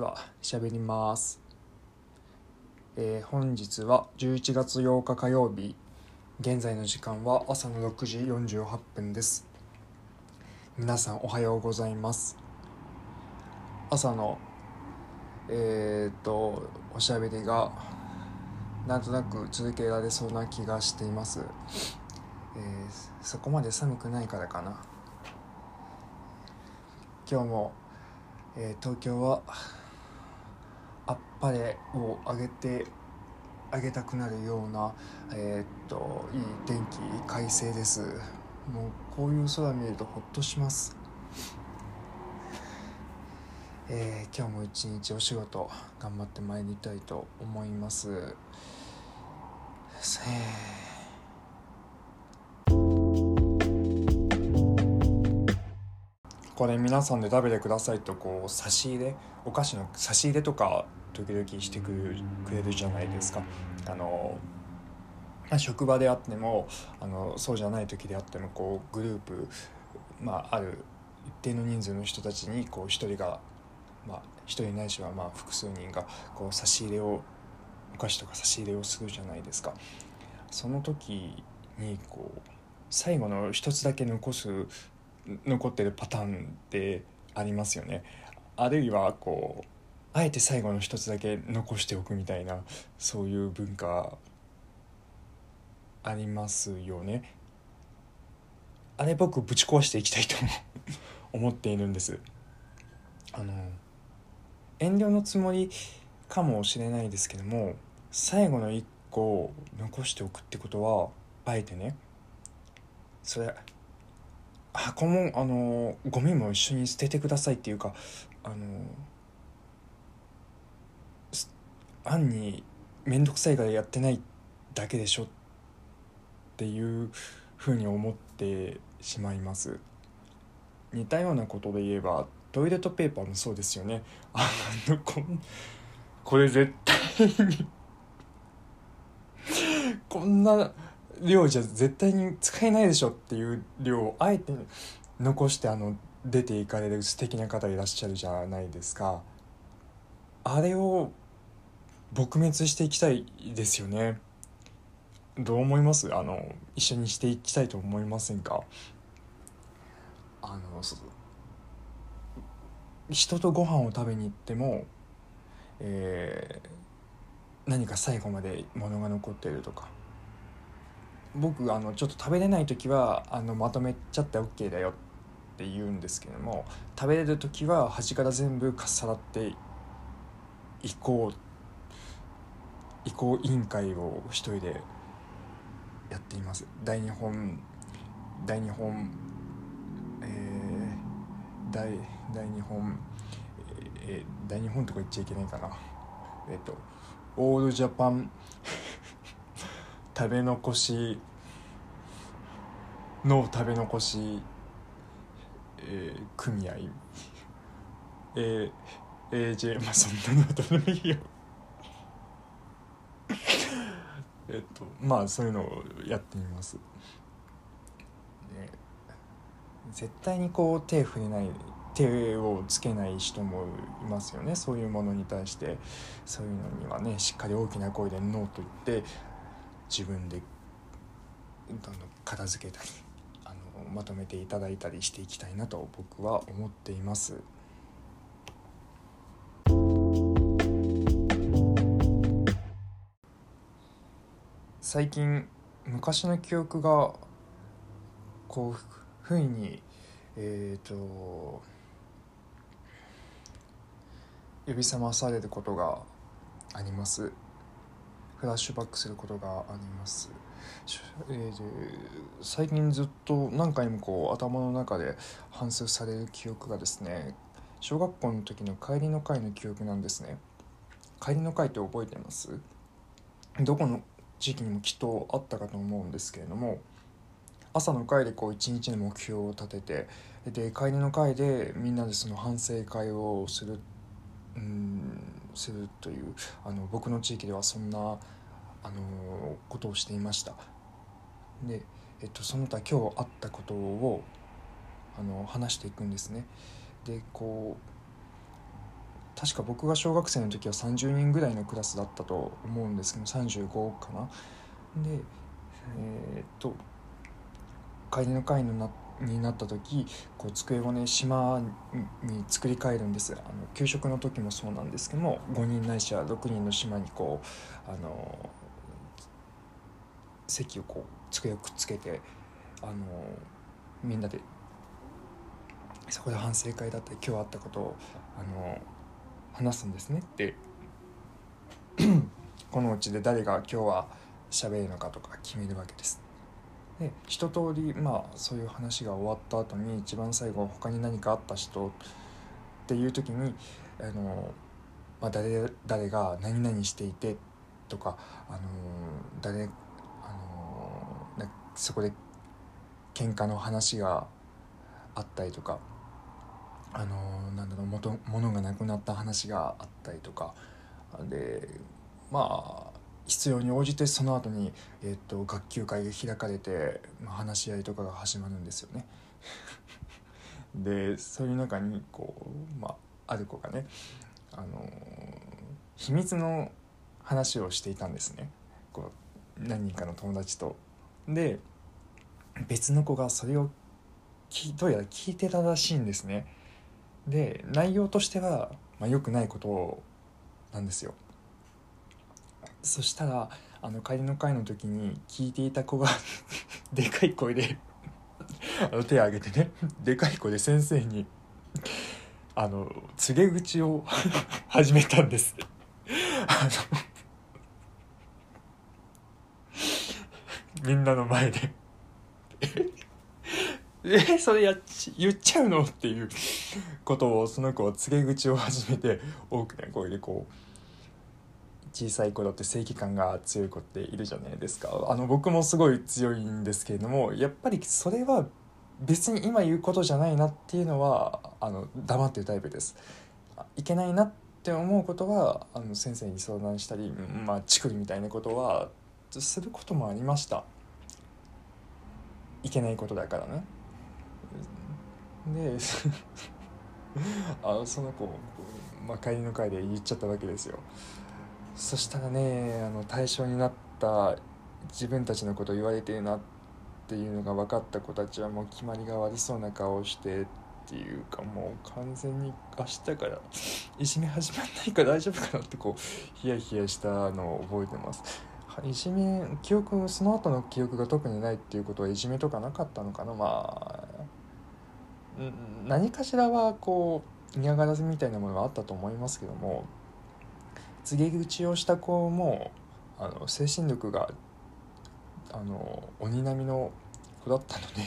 は喋ります。本日は11月8日火曜日、現在の時間は朝の6時48分です。皆さんおはようございます。朝のおしゃべりがなんとなく続けられそうな気がしています。そこまで寒くないからかな。今日も、東京はあっぱれをあげたくなるような、いい天気、快晴です。もうこういう空見るとほっとします。今日も一日お仕事頑張ってまいりたいと思います。これ皆さんで食べてくださいと差し入れ、お菓子の差し入れとか時々してくれるじゃないですか。職場であってもそうじゃない時であってもグループ、ある一定の人数の人たちに一人が、一人ないしは複数人が差し入れを、お菓子とか差し入れをするじゃないですか。その時に最後の一つだけ残ってるパターンってありますよね。あるいはあえて最後の一つだけ残しておくみたいな、そういう文化ありますよね。あれ僕ぶち壊していきたいと思っているんです。遠慮のつもりかもしれないですけども、最後の一個残しておくってことはあえてね、それ箱もゴミも一緒に捨ててくださいっていうか、案にめんどくさいからやってないだけでしょっていうふうに思ってしまいます。似たようなことで言えばトイレットペーパーもそうですよね。これ絶対にこんな量じゃ絶対に使えないでしょっていう量をあえて残して出ていかれる素敵な方いらっしゃるじゃないですか。あれを撲滅していきたいですよね。どう思います？一緒にしていきたいと思いませんか？人とご飯を食べに行っても、何か最後まで物が残っているとか、僕ちょっと食べれない時はまとめちゃって OK だよって言うんですけども、食べれる時は端から全部かっさらって移行委員会を一人でやっています。大日本、大日本とか言っちゃいけないかな。オールジャパン食べ残しの食べ残し、組合、AJ、そんなのどうでもいいよそういうのをやってみます。絶対に手をつけない人もいますよね。そういうものに対して、そういうのにはね、しっかり大きな声でノーと言って自分で片付けたりまとめていただいたりしていきたいなと僕は思っています。最近昔の記憶が不意に呼び覚まされることがあります。フラッシュバックすることがあります。最近ずっと何回も頭の中で反芻される記憶がですね、小学校の時の帰りの会の記憶なんですね。帰りの会って覚えてます？どこの地域にもきっとあったかと思うんですけれども、朝の会で一日の目標を立てて、で帰りの会でみんなでその反省会をするという、僕の地域ではそんなことをしていました。で、その他今日あったことを話していくんですね。で確か僕が小学生の時は30人ぐらいのクラスだったと思うんですけど、35かな。で帰りの会になった時、こう机をね島に作り変えるんです。給食の時もそうなんですけども、5人ないしは6人の島にこう席をこう机をくっつけて、みんなでそこで反省会だったり今日あったことを話すんですね。でこのうちで誰が今日は喋るのかとか決めるわけです。で一通りそういう話が終わった後に、一番最後他に何かあった人っていう時に誰が何々していてとか、そこで喧嘩の話があったりとか、物がなくなった話があったりとかで、必要に応じてその後に、学級会が開かれて、話し合いとかが始まるんですよね。でそういう中にある子がね、秘密の話をしていたんですね、何人かの友達と。で別の子がそれをどうやら聞いてたらしいんですね。で内容としては、良くないことなんですよ。そしたら帰りの会の時に聞いていた子がでかい声で手を挙げてね、でかい声で先生に告げ口を始めたんですみんなの前でそれ言っちゃうのっていうことを、その子は告げ口を始めて、大きな声でこう、小さい頃って正義感が強い子っているじゃないですか。僕もすごい強いんですけれども、やっぱりそれは別に今言うことじゃないなっていうのは黙ってるタイプです。いけないなって思うことは先生に相談したり、チクリみたいなことはすることもありました。いけないことだからね。でその子帰りの会で言っちゃったわけですよ。そしたらね、対象になった自分たちのことを言われてるなっていうのが分かった子たちは、もう決まりが悪そうな顔をしてっていうか、もう完全に明日からいじめ始まんないか大丈夫かなってこうヒヤヒヤしたのを覚えてます。いじめその後の記憶が特にないっていうことは、いじめとかなかったのかな。何かしらはこう嫌がらせみたいなものがあったと思いますけども、告げ口をした子も精神力が鬼並みの子だったので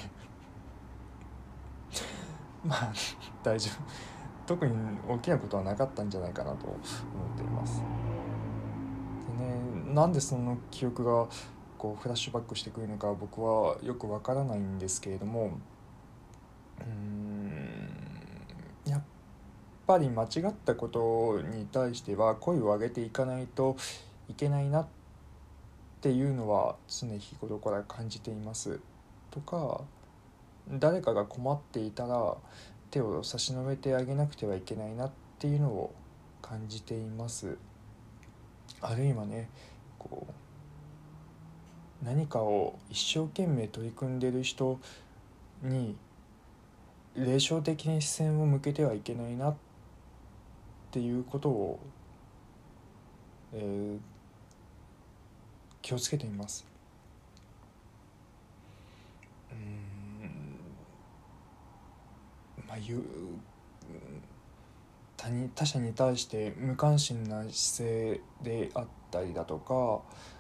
大丈夫、特に大きなことはなかったんじゃないかなと思っています。でね、なんでその記憶がこうフラッシュバックしてくるのか僕はよくわからないんですけれども、やっぱり間違ったことに対しては声を上げていかないといけないなっていうのは常日頃から感じていますとか、誰かが困っていたら手を差し伸べてあげなくてはいけないなっていうのを感じています。あるいはね、こう何かを一生懸命取り組んでいる人に冷笑的に視線を向けてはいけないなっていうことを、気をつけています。他者に対して無関心な姿勢であったりだとか、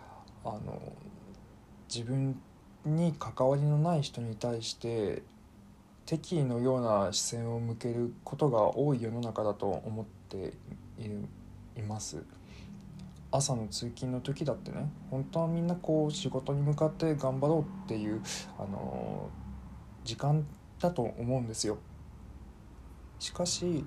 自分に関わりのない人に対して敵意のような視線を向けることが多い世の中だと思っています。朝の通勤の時だってね、本当はみんなこう仕事に向かって頑張ろうっていう時間だと思うんですよ。しかし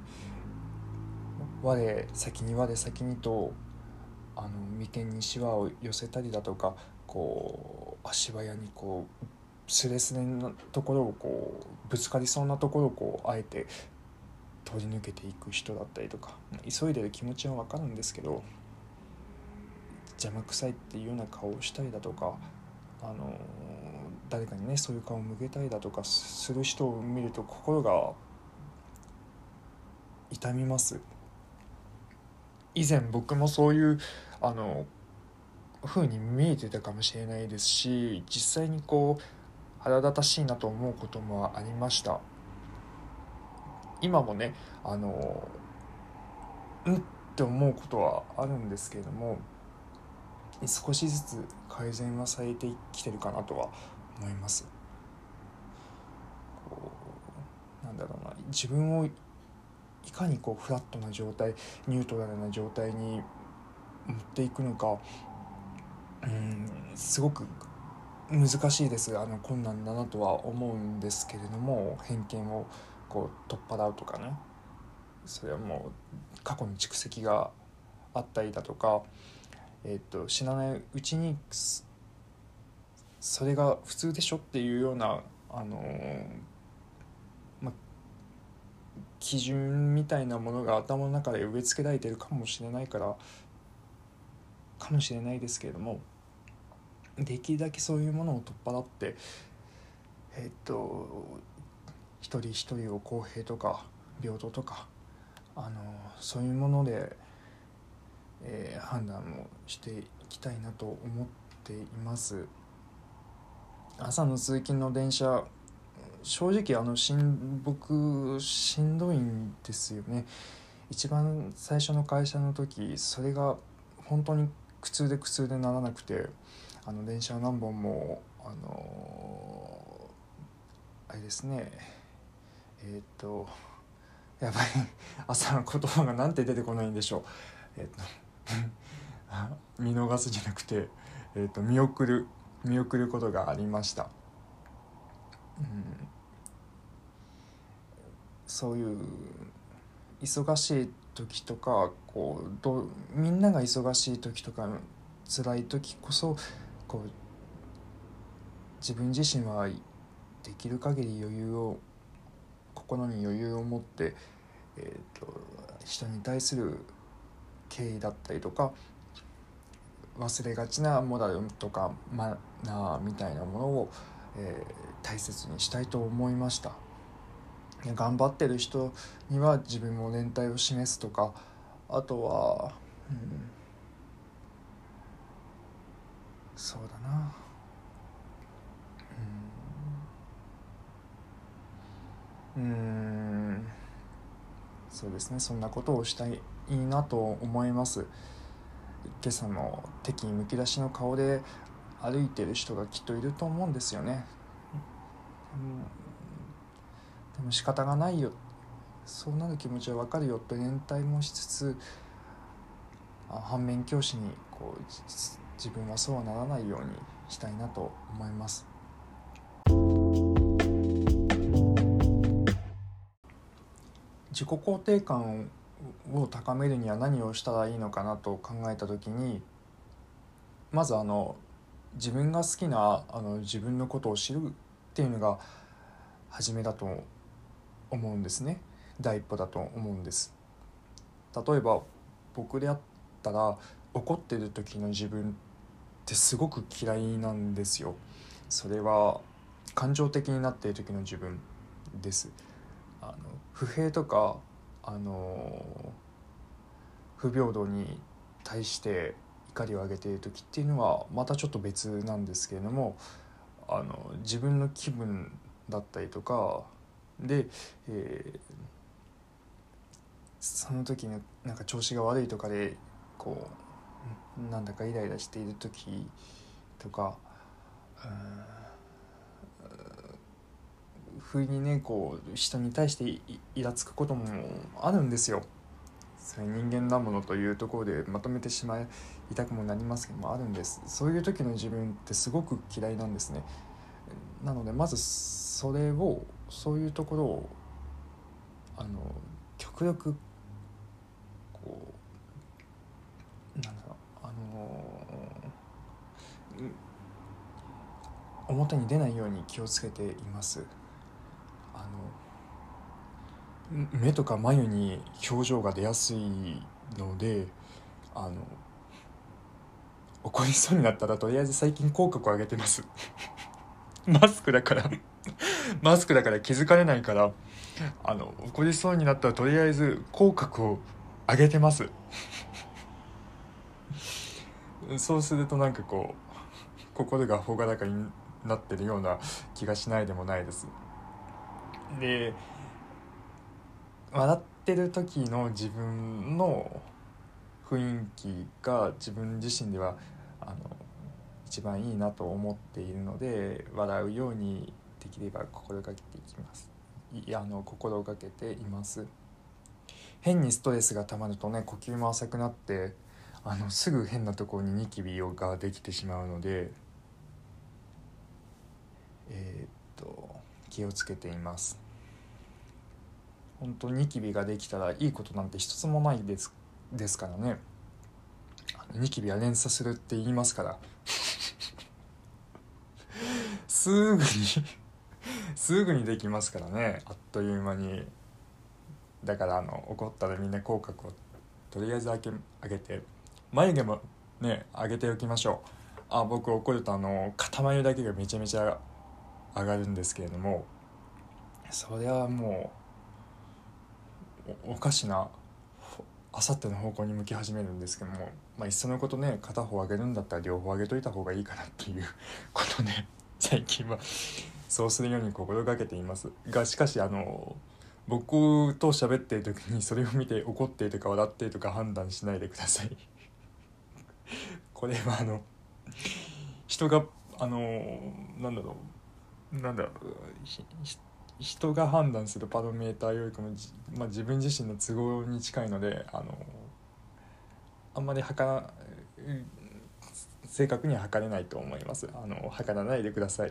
我先にと眉間にシワを寄せたりだとか、こう足早にこうスレスレなところをこうぶつかりそうなところをこうあえて通り抜けていく人だったりとか、急いでる気持ちは分かるんですけど、邪魔くさいっていうような顔をしたりだとか、誰かにねそういう顔を向けたりだとかする人を見ると心が痛みます。以前僕もそういう風に見えてたかもしれないですし、実際に腹立たしいなと思うこともありました。今もねって思うことはあるんですけれども、少しずつ改善はされてきてるかなとは思います。自分をいかにフラットな状態、ニュートラルな状態に持っていくのか、すごく難しいです。困難だなとは思うんですけれども、偏見を取っ払うとかね、それはもう過去に蓄積があったりだとか、知らないうちにそれが普通でしょっていうような基準みたいなものが頭の中で植え付けられているかもしれないですけれども、できるだけそういうものを取っ払って一人一人を公平とか平等とかそういうもので、判断をしていきたいなと思っています。朝の通勤の電車、正直僕しんどいんですよね。一番最初の会社の時、それが本当に苦痛でならなくて、電車何本もあれですね、やばい朝の言葉がなんて出てこないんでしょう。見逃すじゃなくて、見送ることがありました。そういう忙しい時とかみんなが忙しい時とか辛い時こそ自分自身はできる限り心に余裕を持って、人に対する敬意だったりとか、忘れがちなモラルとかマナーみたいなものを、大切にしたいと思いました。頑張ってる人には自分も連帯を示すとか、あとは、そうだな、そうですね、そんなことをしたいなと思います。今朝も敵にむき出しの顔で歩いてる人がきっといると思うんですよね。でも仕方がないよ、そうなる気持ちは分かるよと連帯もしつつ、反面教師に自分はそうはならないようにしたいなと思います。自己肯定感を高めるには何をしたらいいのかなと考えた時に、まず自分が好きな自分のことを知るっていうのが初めだと思うんですね。第一歩だと思うんです。例えば僕であったら、怒ってる時の自分ってすごく嫌いなんですよ。それは感情的になっている時の自分です。不平とか不平等に対して怒りを上げている時っていうのはまたちょっと別なんですけれども、自分の気分だったりとかで、その時のなんか調子が悪いとかでなんだかイライラしている時とか、不意にね人に対してイラつくこともあるんですよ。それ人間なものというところでまとめてしまいたくもなりますけども、あるんです。そういう時の自分ってすごく嫌いなんですね。なのでまずそういうところを極力表に出ないように気をつけています。 目とか眉に表情が出やすいので、怒りそうになったらとりあえず最近口角を上げてますマスクだからマスクだから気づかれないから、怒りそうになったらとりあえず口角を上げてますそうするとなんかこう心が朗らかになってるような気がしないでもないです。で、笑ってる時の自分の雰囲気が自分自身では一番いいなと思っているので、笑うようにできれば心がけていきます。心がけています。変にストレスがたまるとね、呼吸も浅くなってすぐ変なところにニキビができてしまうので、気をつけています。本当ニキビができたらいいことなんて一つもないですからね。ニキビは連鎖するって言いますからすぐにすぐにできますからね、あっという間に。だから怒ったらみんな口角をとりあえず上げて、眉毛もね上げておきましょう。僕怒ると肩眉だけがめちゃめちゃ上がるんですけれども、それはもうおかしなあさっての方向に向き始めるんですけども、いっそのことね、片方上げるんだったら両方上げといた方がいいかなっていうことで最近はそうするように心がけていますが、しかし僕と喋っている時にそれを見て怒っているとか笑っているとか判断しないでくださいこれは人がなんだろう人が判断するパラメーターよりかも自分自身の都合に近いので、あんまり正確には測れないと思います。測らないでください。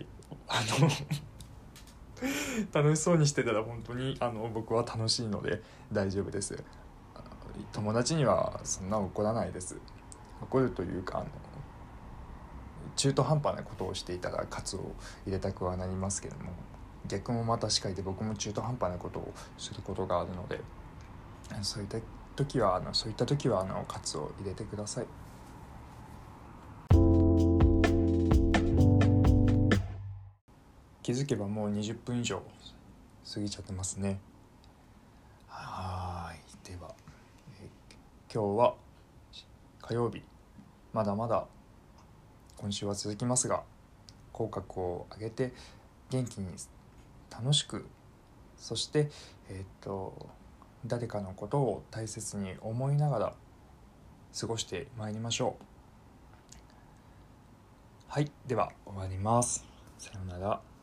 楽しそうにしてたら本当に僕は楽しいので大丈夫です。友達にはそんな怒らないです。怒るというか中途半端なことをしていたら喝を入れたくはなりますけども、逆もまたしかりで僕も中途半端なことをすることがあるので、そういった時は喝を入れてください。気づけばもう20分以上過ぎちゃってますね。では、今日は火曜日、まだまだ今週は続きますが、口角を上げて元気に楽しく、そして誰かのことを大切に思いながら過ごしてまいりましょう。はい、では終わります。さようなら。